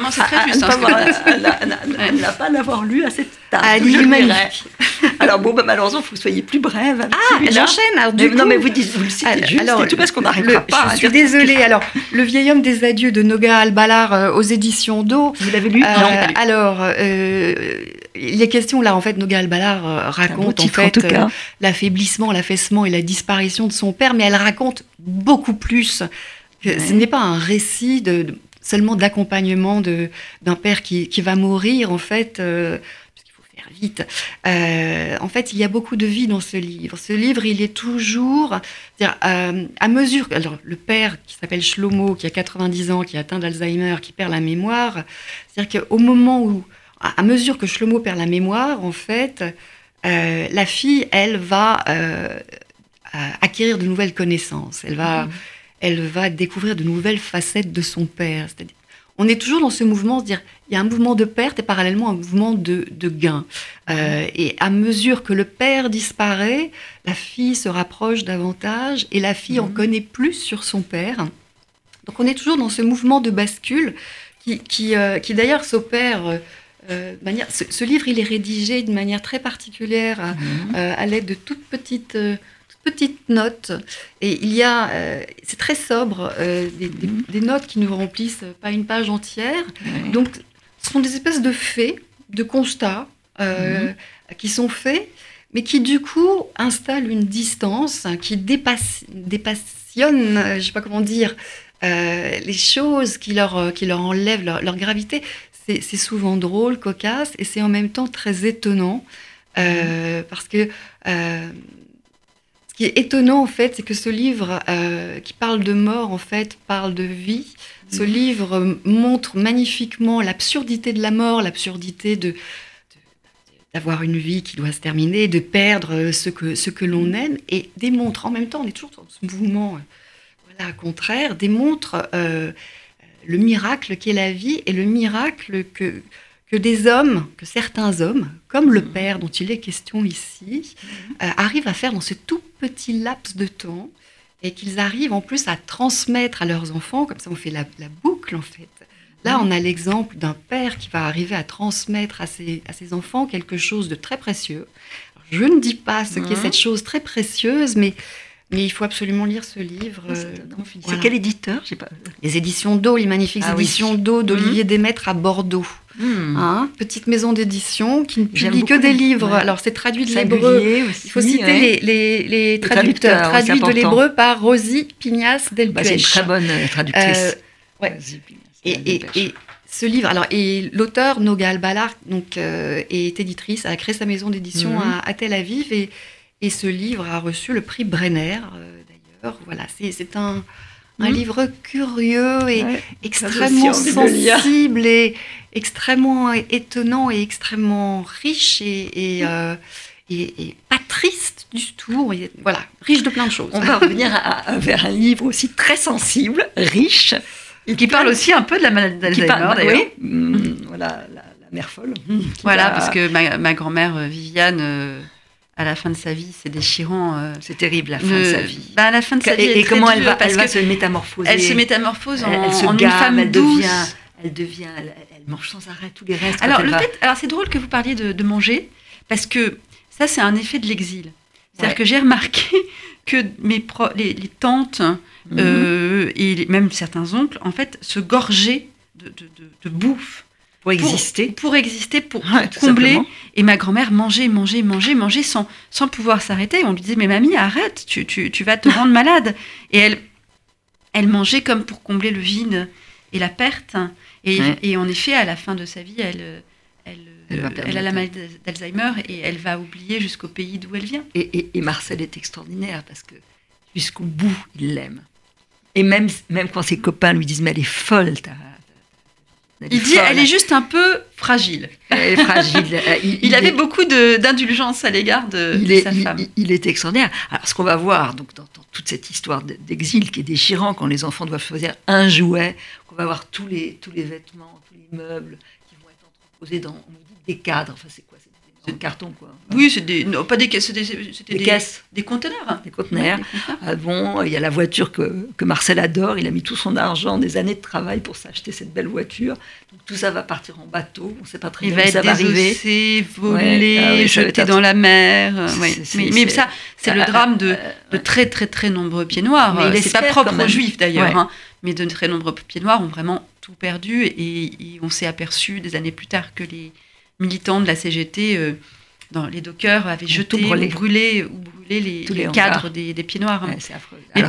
ne pas l'avoir lu à cette table. Il est magnifique. Alors malheureusement, il faut que vous soyez plus brève. J'enchaîne. Alors, mais vous le citez juste, alors, et tout parce qu'on n'arrivera pas. Je suis désolée. Alors, Le vieil homme des adieux de Noga Albalar aux éditions d'O. Vous l'avez lu? Non. Alors, il est question là, en fait, Noga Albalar raconte en fait l'affaiblissement, l'affaissement et la disparition de son père, mais elle raconte beaucoup plus. Ce n'est pas un récit seulement d'accompagnement d'un père qui va mourir, en fait, puisqu'il faut faire vite. En fait, il y a beaucoup de vie dans ce livre. Ce livre, il est toujours... à mesure... Alors, le père, qui s'appelle Shlomo, qui a 90 ans, qui est atteint d'Alzheimer, qui perd la mémoire, c'est-à-dire qu'au moment où... À mesure que Shlomo perd la mémoire, en fait, la fille, elle va... acquérir de nouvelles connaissances. Elle va découvrir de nouvelles facettes de son père. C'est-à-dire, on est toujours dans ce mouvement, il y a un mouvement de perte et parallèlement un mouvement de gain. Et à mesure que le père disparaît, la fille se rapproche davantage et la fille en connaît plus sur son père. Donc on est toujours dans ce mouvement de bascule qui d'ailleurs s'opère... ce livre, il est rédigé de manière très particulière à l'aide de toutes petites notes. Et il y a, c'est très sobre, des notes qui ne remplissent pas une page entière. Donc, ce sont des espèces de faits, de constats qui sont faits, mais qui du coup installent une distance qui dépassine questionnent, je ne sais pas comment dire, les choses qui leur enlèvent leur gravité. C'est souvent drôle, cocasse, et c'est en même temps très étonnant, parce que ce qui est étonnant, en fait, c'est que ce livre qui parle de mort, en fait, parle de vie. Ce livre montre magnifiquement l'absurdité de la mort, l'absurdité d'avoir une vie qui doit se terminer, de perdre ce que l'on aime, et démontre en même temps, on est toujours dans ce mouvement contraire, démontre le miracle qu'est la vie et le miracle que des hommes, que certains hommes, comme le père dont il est question ici, arrivent à faire dans ce tout petit laps de temps, et qu'ils arrivent en plus à transmettre à leurs enfants, comme ça on fait la boucle en fait. Là, on a l'exemple d'un père qui va arriver à transmettre à ses enfants quelque chose de très précieux. Alors, je ne dis pas ce qu'est cette chose très précieuse, mais il faut absolument lire ce livre. C'est quel éditeur? Les éditions d'O, les magnifiques éditions d'O d'Olivier Desmaîtres à Bordeaux. Petite maison d'édition qui ne publie que des livres. Ouais. Alors, c'est traduit de l'hébreu. Il faut citer les traducteurs. Traduit de l'hébreu par Rosie Pignas Delpuech. C'est une très bonne traductrice. Et ce livre, et l'auteur Noga Albalar est éditrice, a créé sa maison d'édition à Tel Aviv, et ce livre a reçu le prix Brenner, d'ailleurs. Voilà, c'est un livre curieux et extrêmement sensible et extrêmement étonnant et extrêmement riche et pas triste du tout. Voilà, riche de plein de choses. On va revenir vers un livre aussi très sensible, riche. Et qui parle aussi un peu de la maladie d'Alzheimer, d'ailleurs. Voilà, la mère folle. Voilà, parce que ma grand-mère Viviane, à la fin de sa vie, c'est déchirant. C'est terrible, la fin de sa vie. À la fin de sa vie, et comment elle va se métamorphoser. Elle se métamorphose en se une gave, femme douce. Elle mange sans arrêt tous les restes. Alors c'est drôle que vous parliez de manger, parce que ça, c'est un effet de l'exil. C'est-à-dire que j'ai remarqué que les tantes et même certains oncles, en fait, se gorgeaient de bouffe. Pour exister. Pour combler. Simplement. Et ma grand-mère mangeait sans pouvoir s'arrêter. On lui disait, mais mamie, arrête, tu vas te rendre malade. Et elle mangeait comme pour combler le vide et la perte. Et en effet, à la fin de sa vie, elle a la maladie d'Alzheimer et elle va oublier jusqu'au pays d'où elle vient. Et Marcel est extraordinaire parce que jusqu'au bout, il l'aime. Et même quand ses copains lui disent, mais elle est folle, il dit, elle est juste un peu fragile. Elle est fragile. Il avait beaucoup d'indulgence à l'égard de sa femme. Il est extraordinaire. Alors, ce qu'on va voir donc, dans toute cette histoire d'exil qui est déchirant, quand les enfants doivent choisir un jouet, qu'on va voir tous les vêtements, tous les meubles qui vont être entreposés dans, on nous dit, des cadres. Enfin, c'est quoi? C'est de carton, quoi. Oui, pas des caisses, c'était des caisses. Des conteneurs. Des conteneurs. Il y a la voiture que Marcel adore. Il a mis tout son argent, des années de travail pour s'acheter cette belle voiture. Donc, tout ça va partir en bateau. On ne sait pas très bien où ça va arriver. Il va être désossé, volé, jeté dans la mer. Mais ça, c'est le drame de très, très, très nombreux pieds noirs. C'est pas propre aux Juifs, d'ailleurs. Mais de très nombreux pieds noirs ont vraiment tout perdu. Et on s'est aperçu des années plus tard que les militants de la CGT dans les dockers avaient jeté ou brûlé les cadres des pieds noirs. C'est affreux. Et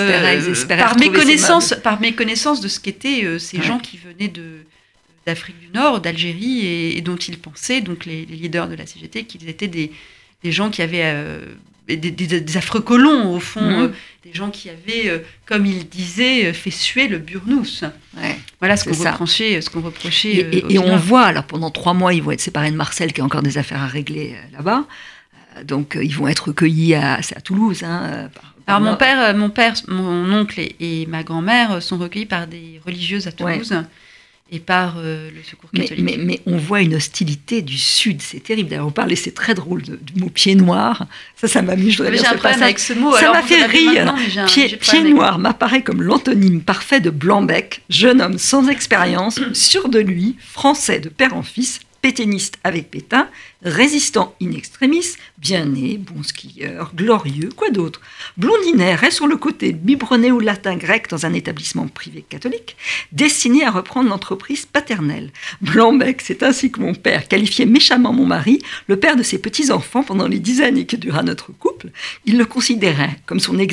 par méconnaissance de ce qu'étaient ces gens qui venaient d'Afrique du Nord, d'Algérie, et dont ils pensaient, donc les leaders de la CGT, qu'ils étaient des gens qui avaient des affreux colons, au fond, des gens qui avaient, comme ils disaient, fait suer le burnous. Voilà ce qu'on reprochait. Et on voit, alors pendant 3 mois, ils vont être séparés de Marcel, qui a encore des affaires à régler là-bas. Donc ils vont être recueillis à Toulouse. Alors mon père, mon oncle et ma grand-mère sont recueillis par des religieuses à Toulouse. Et par le Secours catholique. Mais on voit une hostilité du Sud, c'est terrible. D'ailleurs, vous parlez, c'est très drôle, du mot pied noir. Ça m'amuse. J'ai un problème avec ce mot. Ça m'a fait rire. Pied noir m'apparaît comme l'antonyme parfait de blanc-bec, jeune homme sans expérience, sûr de lui, français de père en fils, pétainiste avec Pétain, résistant in extremis, bien né, bon skieur, glorieux, quoi d'autre. Blondinaire est sur le côté biberonné au latin grec dans un établissement privé catholique, destiné à reprendre l'entreprise paternelle. Blanc-bec, c'est ainsi que mon père qualifiait méchamment mon mari, le père de ses petits-enfants pendant les 10 années que dura notre couple. Il le considérait comme son exact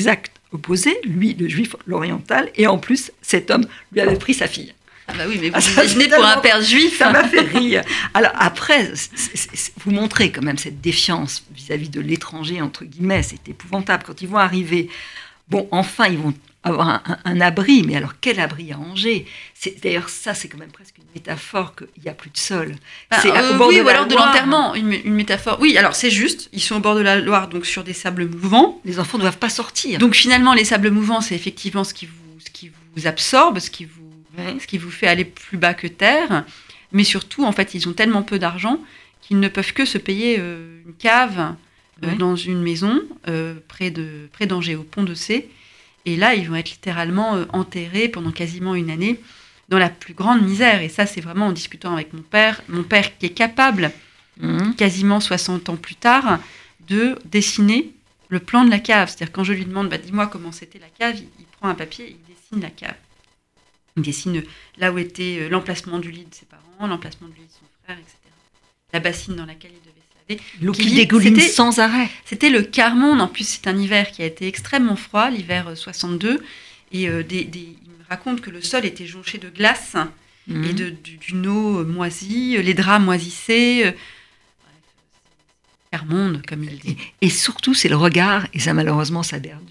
opposé, lui, le juif l'oriental, et en plus, cet homme lui avait pris sa fille. Ah bah oui, mais vous imaginez pour un père juif. Ça m'a fait rire. Alors après, vous montrez quand même cette défiance vis-à-vis de l'étranger, entre guillemets, c'est épouvantable. Quand ils vont arriver, bon, enfin, ils vont avoir un abri, mais alors quel abri à Angers? D'ailleurs, ça, c'est quand même presque une métaphore qu'il n'y a plus de sol. Oui, ou alors de l'enterrement, une métaphore. Oui, alors c'est juste, ils sont au bord de la Loire, donc sur des sables mouvants. Les enfants ne doivent pas sortir. Donc finalement, les sables mouvants, c'est effectivement ce qui vous absorbe, ce qui vous fait aller plus bas que terre. Mais surtout, en fait, ils ont tellement peu d'argent qu'ils ne peuvent que se payer une cave dans une maison près d'Angers, au Pont de C. Et là, ils vont être littéralement enterrés pendant quasiment une année dans la plus grande misère. Et ça, c'est vraiment en discutant avec mon père qui est capable, quasiment 60 ans plus tard, de dessiner le plan de la cave. C'est-à-dire, quand je lui demande, dis-moi comment c'était la cave, il prend un papier et il dessine la cave. Il dessine là où était l'emplacement du lit de ses parents, l'emplacement du lit de son frère, etc. La bassine dans laquelle il devait se laver. L'eau qui dégouline sans arrêt. C'était le quart-monde. En plus, c'est un hiver qui a été extrêmement froid, l'hiver 62. Et il me raconte que le sol était jonché de glace et d'une eau moisie. Les draps moisissaient. Quart-monde, comme il dit. Et surtout, c'est le regard. Et ça, malheureusement, ça perdure.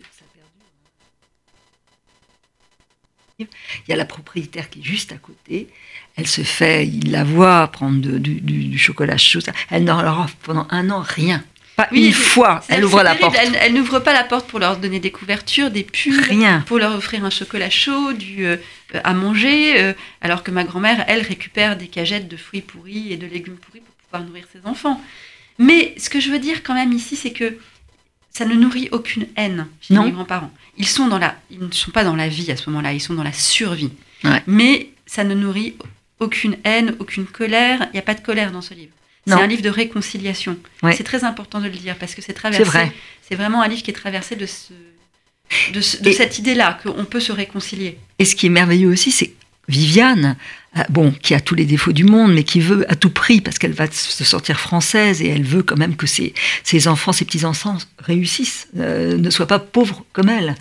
Il y a la propriétaire qui est juste à côté. Elle se fait, il la voit prendre du chocolat chaud. Elle n'en leur offre pendant un an rien. Pas une fois. Elle ouvre la porte. Elle n'ouvre pas la porte pour leur donner des couvertures, des pulls, rien. Pour leur offrir un chocolat chaud, à manger. Alors que ma grand-mère, elle, récupère des cagettes de fruits pourris et de légumes pourris pour pouvoir nourrir ses enfants. Mais ce que je veux dire quand même ici, c'est que ça ne nourrit aucune haine chez les grands-parents. Ils ne sont pas dans la vie à ce moment-là, ils sont dans la survie. Ouais. Mais ça ne nourrit aucune haine, aucune colère. Il n'y a pas de colère dans ce livre. C'est un livre de réconciliation. Ouais. C'est très important de le dire parce que c'est traversé. C'est vrai. C'est vraiment un livre qui est traversé de cette idée-là, qu'on peut se réconcilier. Et ce qui est merveilleux aussi, c'est Viviane, qui a tous les défauts du monde, mais qui veut à tout prix, parce qu'elle va se sortir française, et elle veut quand même que ses enfants, ses petits-enfants réussissent, ne soient pas pauvres comme elle.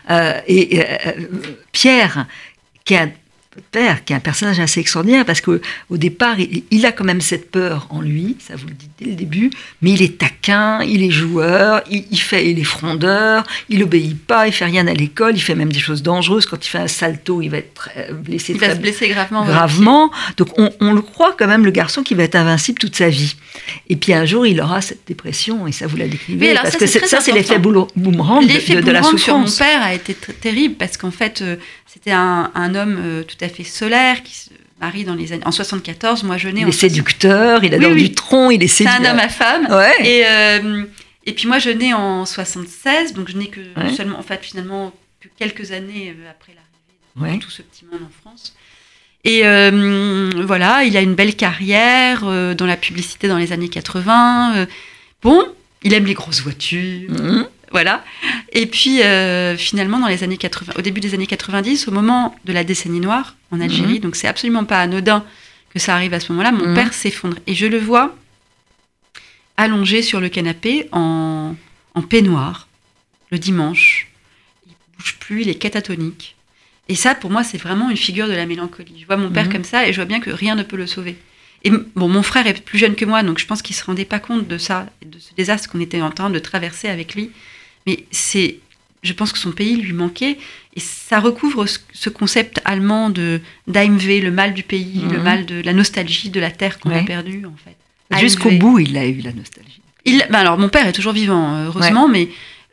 Pierre, qui est un personnage assez extraordinaire, parce qu'au départ, il a quand même cette peur en lui, ça vous le dites dès le début, mais il est taquin, il est joueur, il est frondeur, il n'obéit pas, il fait rien à l'école, il fait même des choses dangereuses. Quand il fait un salto, il va être blessé. Il va se blesser gravement. Donc on le croit quand même, le garçon qui va être invincible toute sa vie. Et puis un jour, il aura cette dépression, et ça vous la décrivez, parce que ça c'est l'effet boomerang de la souffrance. Sur mon père a été terrible, parce qu'en fait, c'était un homme tout à fait solaire qui se marie en 74. Moi, je nais. Il est séducteur, il adore du tronc, il est séducteur. C'est un homme à femme. Ouais. Et puis moi, je nais en 76, donc je nais que seulement, en fait, finalement, que quelques années après l'arrivée de tout ce petit monde en France. Et voilà, il a une belle carrière dans la publicité dans les années 80. Il aime les grosses voitures. Voilà. Et puis, finalement, dans les années 80, au début des années 90, au moment de la décennie noire en Algérie, donc c'est absolument pas anodin que ça arrive à ce moment-là, mon père s'effondre. Et je le vois allongé sur le canapé en peignoir le dimanche. Il ne bouge plus, il est catatonique. Et ça, pour moi, c'est vraiment une figure de la mélancolie. Je vois mon père comme ça et je vois bien que rien ne peut le sauver. Et mon frère est plus jeune que moi, donc je pense qu'il ne se rendait pas compte de ça, de ce désastre qu'on était en train de traverser avec lui. Mais je pense que son pays lui manquait, et ça recouvre ce concept allemand d'Heimweh, le mal du pays, le mal de la nostalgie de la terre qu'on a perdue, en fait. Jusqu'au bout, il a eu la nostalgie. Alors, mon père est toujours vivant, heureusement, mais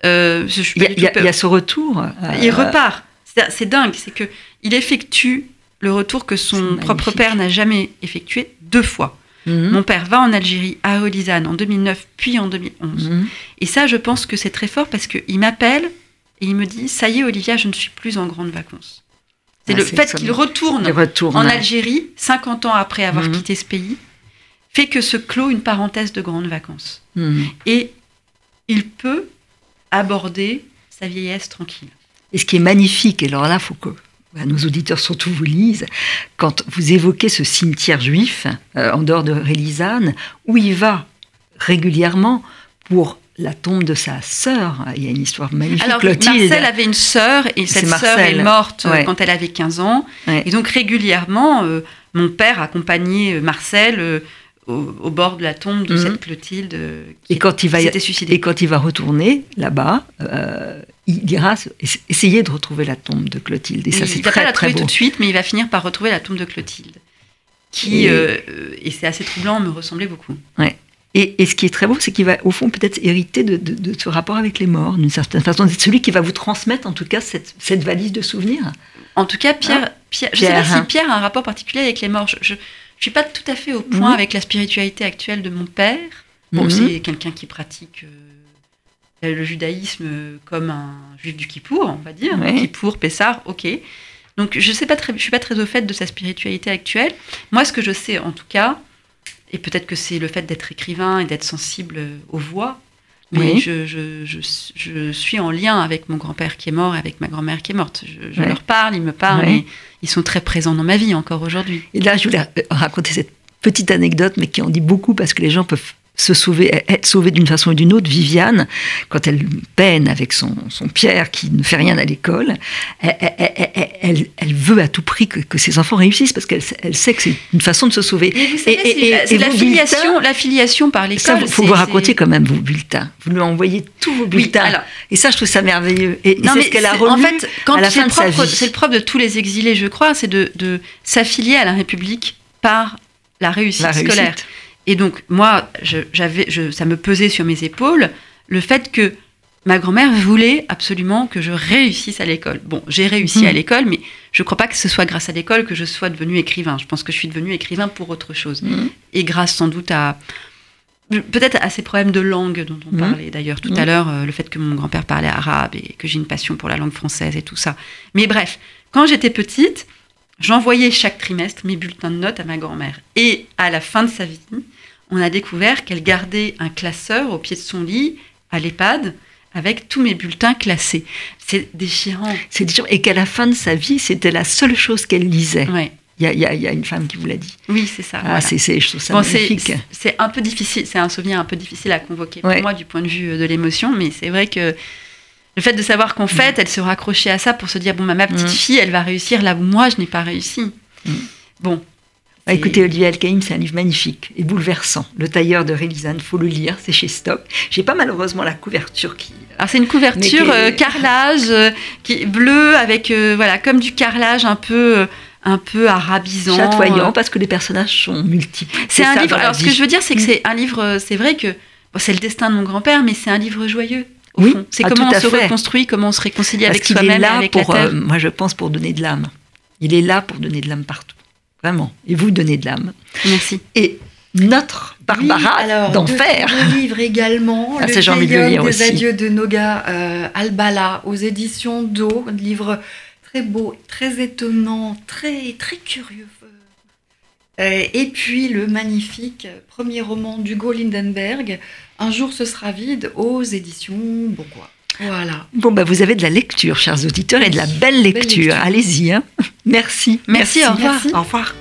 il y a ce retour. Il repart. C'est dingue, c'est qu'il effectue le retour que son propre père n'a jamais effectué 2 fois. Mon père va en Algérie, à Olizane, en 2009, puis en 2011. Et ça, je pense que c'est très fort, parce qu'il m'appelle et il me dit « Ça y est, Olivia, je ne suis plus en grande vacances ». C'est le fait qu'il retourne en Algérie, 50 ans après avoir quitté ce pays, fait que se clôt une parenthèse de grandes vacances. Et il peut aborder sa vieillesse tranquille. Et ce qui est magnifique, et alors là, il faut que nos auditeurs surtout vous lisent, quand vous évoquez ce cimetière juif, en dehors de Relizane, où il va régulièrement pour la tombe de sa sœur. Il y a une histoire magnifique. Alors, Clotilde. Marcel avait une sœur, et cette sœur est morte quand elle avait 15 ans. Ouais. Et donc, régulièrement, mon père accompagnait Marcel au bord de la tombe de cette Clotilde qui s'était suicidée. Et quand il va retourner là-bas, il ira essayer de retrouver la tombe de Clotilde. Et ça, c'est il va très, pas la très trouver beau. tout de suite, mais il va finir par retrouver la tombe de Clotilde, qui, et c'est assez troublant, me ressemblait beaucoup. Ouais. Et ce qui est très beau, c'est qu'il va, au fond, peut-être hériter de ce rapport avec les morts, d'une certaine façon. C'est celui qui va vous transmettre, en tout cas, cette valise de souvenirs. En tout cas, Pierre, je ne sais pas si Pierre a un rapport particulier avec les morts. Je ne suis pas tout à fait au point avec la spiritualité actuelle de mon père. Bon, c'est quelqu'un qui pratique le judaïsme comme un juif du Kippour, on va dire. Kippour, Pessah, ok. Donc, je suis pas très au fait de sa spiritualité actuelle. Moi, ce que je sais, en tout cas, et peut-être que c'est le fait d'être écrivain et d'être sensible aux voix, mais je suis en lien avec mon grand-père qui est mort et avec ma grand-mère qui est morte. Je leur parle, ils me parlent, et ils sont très présents dans ma vie encore aujourd'hui. Et là, je voulais raconter cette petite anecdote, mais qui en dit beaucoup, parce que les gens peuvent être sauvés d'une façon ou d'une autre. Viviane, quand elle peine avec son Pierre qui ne fait rien à l'école, elle veut à tout prix que ses enfants réussissent, parce qu'elle sait que c'est une façon de se sauver. Et vous savez, c'est la filiation par l'école. Il faut vous raconter quand même vos bulletins. Vous lui envoyez tous vos bulletins. Alors, et ça, je trouve ça merveilleux. Et c'est ce qu'elle a relu à la fin de sa vie. C'est le propre de tous les exilés, je crois, c'est de s'affilier à la République par la réussite scolaire. Et donc, moi, ça me pesait sur mes épaules le fait que ma grand-mère voulait absolument que je réussisse à l'école. Bon, j'ai réussi à l'école, mais je ne crois pas que ce soit grâce à l'école que je sois devenue écrivain. Je pense que je suis devenue écrivain pour autre chose. Et grâce sans doute peut-être à ces problèmes de langue dont on parlait d'ailleurs tout à l'heure, le fait que mon grand-père parlait arabe et que j'ai une passion pour la langue française et tout ça. Mais bref, quand j'étais petite, j'envoyais chaque trimestre mes bulletins de notes à ma grand-mère. Et à la fin de sa vie, on a découvert qu'elle gardait un classeur au pied de son lit, à l'EHPAD, avec tous mes bulletins classés. C'est déchirant. C'est déchirant. Et qu'à la fin de sa vie, c'était la seule chose qu'elle lisait. Ouais. Il y a une femme qui vous l'a dit. Oui, c'est ça. Voilà. Je trouve ça magnifique. C'est un peu difficile, c'est un souvenir un peu difficile à convoquer pour moi du point de vue de l'émotion, mais c'est vrai que le fait de savoir qu'en fait, elle se raccrochait à ça pour se dire, bon, ma petite fille, elle va réussir là où moi, je n'ai pas réussi. Bon. Écoutez, Olivier El-Kaïm, c'est un livre magnifique et bouleversant. Le tailleur de Rélisane, il faut le lire, c'est chez Stock. J'ai pas malheureusement la couverture qui... Alors c'est une couverture carrelage, qui est bleue, avec comme du carrelage un peu arabisant. Chatoyant, parce que les personnages sont multiples. C'est un livre... Alors ce que je veux dire, c'est que c'est un livre... C'est vrai que c'est le destin de mon grand-père, mais c'est un livre joyeux. Au fond. C'est comment on se reconstruit, comment on se réconcilie avec soi-même et avec la terre. Moi, je pense pour donner de l'âme. Il est là pour donner de l'âme partout. Vraiment. Et vous donnez de l'âme. Merci. Et notre Barbara d'Enfer. Le livre également, Le Tailleur des Adieux de Noga Albala, aux éditions Do. Un livre très beau, très étonnant, très, très curieux. Et puis le magnifique premier roman d'Hugo Lindenberg, Un jour ce sera vide, aux éditions Bourgois. Voilà. Bon, vous avez de la lecture, chers auditeurs, et de la belle lecture. Allez-y. Hein. Merci. Merci, au revoir. Au revoir.